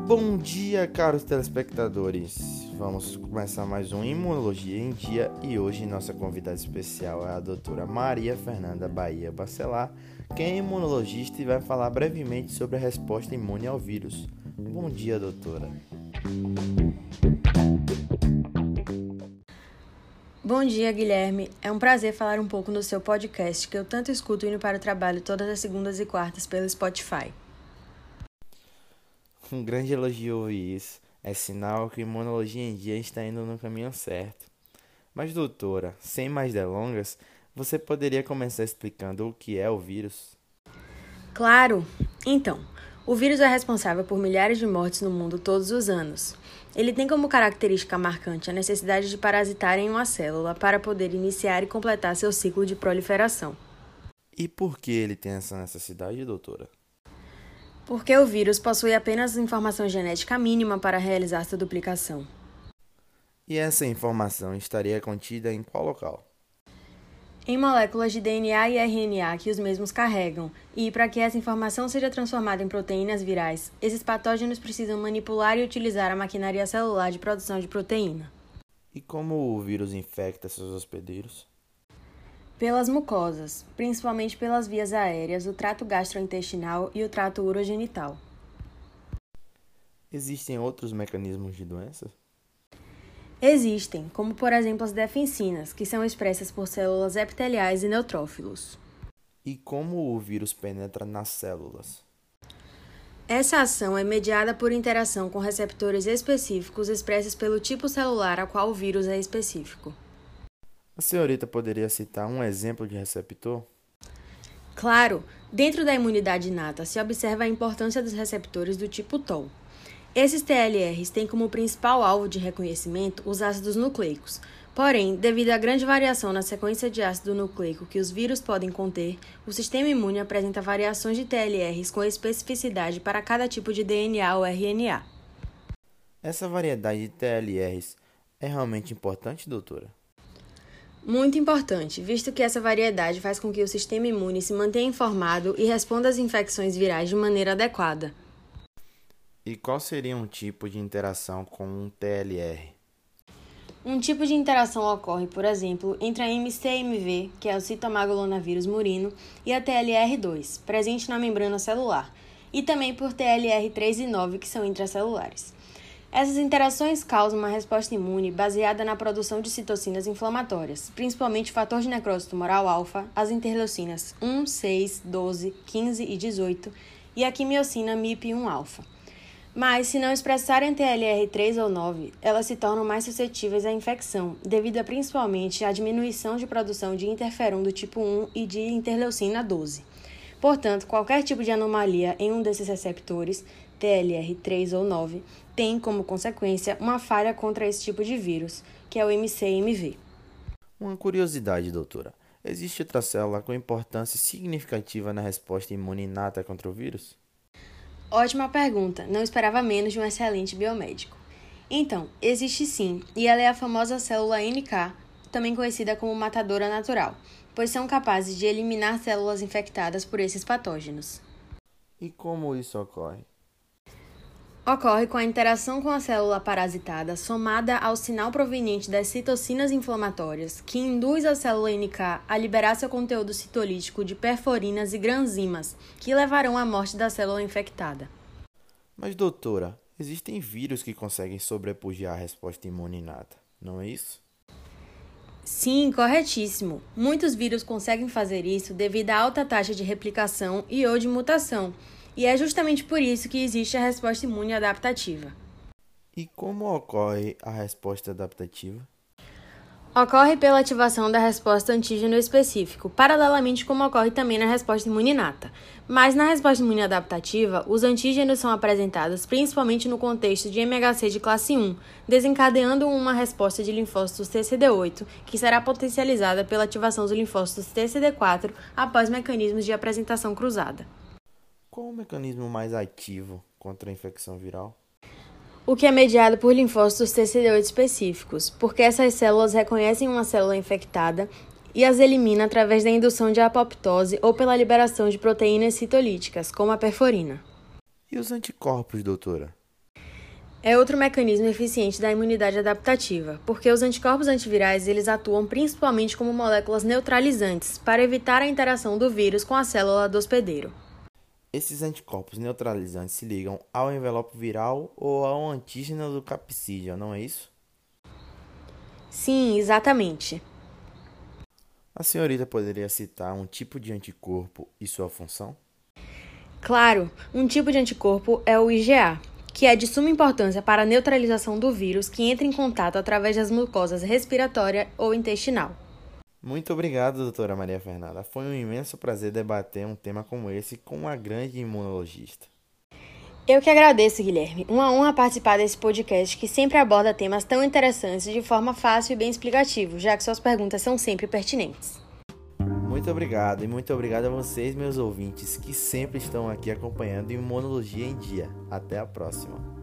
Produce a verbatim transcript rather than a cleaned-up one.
Bom dia, caros telespectadores. Vamos começar mais um Imunologia em Dia e hoje nossa convidada especial é a doutora Maria Fernanda Bahia Bacelar, que é imunologista e vai falar brevemente sobre a resposta imune ao vírus. Bom dia, doutora. Bom dia, Guilherme. É um prazer falar um pouco no seu podcast, que eu tanto escuto indo para o trabalho todas as segundas e quartas pelo Spotify. Um grande elogio ouvir isso. É sinal que a imunologia em dia está indo no caminho certo. Mas, doutora, sem mais delongas, você poderia começar explicando o que é o vírus? Claro! Então, o vírus é responsável por milhares de mortes no mundo todos os anos. Ele tem como característica marcante a necessidade de parasitar em uma célula para poder iniciar e completar seu ciclo de proliferação. E por que ele tem essa necessidade, doutora? Porque o vírus possui apenas informação genética mínima para realizar sua duplicação. E essa informação estaria contida em qual local? Em moléculas de D N A e R N A que os mesmos carregam, e para que essa informação seja transformada em proteínas virais, esses patógenos precisam manipular e utilizar a maquinaria celular de produção de proteína. E como o vírus infecta seus hospedeiros? Pelas mucosas, principalmente pelas vias aéreas, o trato gastrointestinal e o trato urogenital. Existem outros mecanismos de doença? Existem, como por exemplo as defensinas, que são expressas por células epiteliais e neutrófilos. E como o vírus penetra nas células? Essa ação é mediada por interação com receptores específicos expressos pelo tipo celular a qual o vírus é específico. A senhorita poderia citar um exemplo de receptor? Claro, dentro da imunidade inata se observa a importância dos receptores do tipo T O L. Esses T L Rs têm como principal alvo de reconhecimento os ácidos nucleicos. Porém, devido à grande variação na sequência de ácido nucleico que os vírus podem conter, o sistema imune apresenta variações de T L Rs com especificidade para cada tipo de D N A ou R N A. Essa variedade de T L Rs é realmente importante, doutora? Muito importante, visto que essa variedade faz com que o sistema imune se mantenha informado e responda às infecções virais de maneira adequada. E qual seria um tipo de interação com um T L R? Um tipo de interação ocorre, por exemplo, entre a M C M V, que é o citomegalovirus murino, e a T L R dois, presente na membrana celular, e também por T L R três e nove, que são intracelulares. Essas interações causam uma resposta imune baseada na produção de citocinas inflamatórias, principalmente o fator de necrose tumoral alfa, as interleucinas um, seis, doze, quinze e dezoito e a quimiocina M I P um alfa. Mas, se não expressarem T L R três ou nove, elas se tornam mais suscetíveis à infecção, devido a principalmente à diminuição de produção de interferon do tipo um e de interleucina doze. Portanto, qualquer tipo de anomalia em um desses receptores, T L R três ou nove, tem como consequência uma falha contra esse tipo de vírus, que é o M C M V. Uma curiosidade, doutora. Existe outra célula com importância significativa na resposta imune inata contra o vírus? Ótima pergunta, não esperava menos de um excelente biomédico. Então, existe sim, e ela é a famosa célula N K, também conhecida como matadora natural, pois são capazes de eliminar células infectadas por esses patógenos. E como isso ocorre? Ocorre com a interação com a célula parasitada somada ao sinal proveniente das citocinas inflamatórias, que induz a célula N K a liberar seu conteúdo citolítico de perforinas e granzimas, que levarão à morte da célula infectada. Mas, doutora, existem vírus que conseguem sobrepujar a resposta imune inata, não é isso? Sim, corretíssimo. Muitos vírus conseguem fazer isso devido à alta taxa de replicação e ou de mutação, e é justamente por isso que existe a resposta imune adaptativa. E como ocorre a resposta adaptativa? Ocorre pela ativação da resposta antígeno específico, paralelamente como ocorre também na resposta imune inata. Mas na resposta imune adaptativa, os antígenos são apresentados principalmente no contexto de M H C de classe um, desencadeando uma resposta de linfócitos T C D oito, que será potencializada pela ativação dos linfócitos T C D quatro após mecanismos de apresentação cruzada. Qual o mecanismo mais ativo contra a infecção viral? O que é mediado por linfócitos T C D oito específicos, porque essas células reconhecem uma célula infectada e as elimina através da indução de apoptose ou pela liberação de proteínas citolíticas, como a perforina. E os anticorpos, doutora? É outro mecanismo eficiente da imunidade adaptativa, porque os anticorpos antivirais eles atuam principalmente como moléculas neutralizantes para evitar a interação do vírus com a célula do hospedeiro. Esses anticorpos neutralizantes se ligam ao envelope viral ou ao antígeno do capsídeo, não é isso? Sim, exatamente. A senhorita poderia citar um tipo de anticorpo e sua função? Claro, um tipo de anticorpo é o I G A, que é de suma importância para a neutralização do vírus que entra em contato através das mucosas respiratória ou intestinal. Muito obrigado, doutora Maria Fernanda. Foi um imenso prazer debater um tema como esse com uma grande imunologista. Eu que agradeço, Guilherme. Uma honra participar desse podcast que sempre aborda temas tão interessantes de forma fácil e bem explicativa, já que suas perguntas são sempre pertinentes. Muito obrigado e muito obrigado a vocês, meus ouvintes, que sempre estão aqui acompanhando Imunologia em Dia. Até a próxima.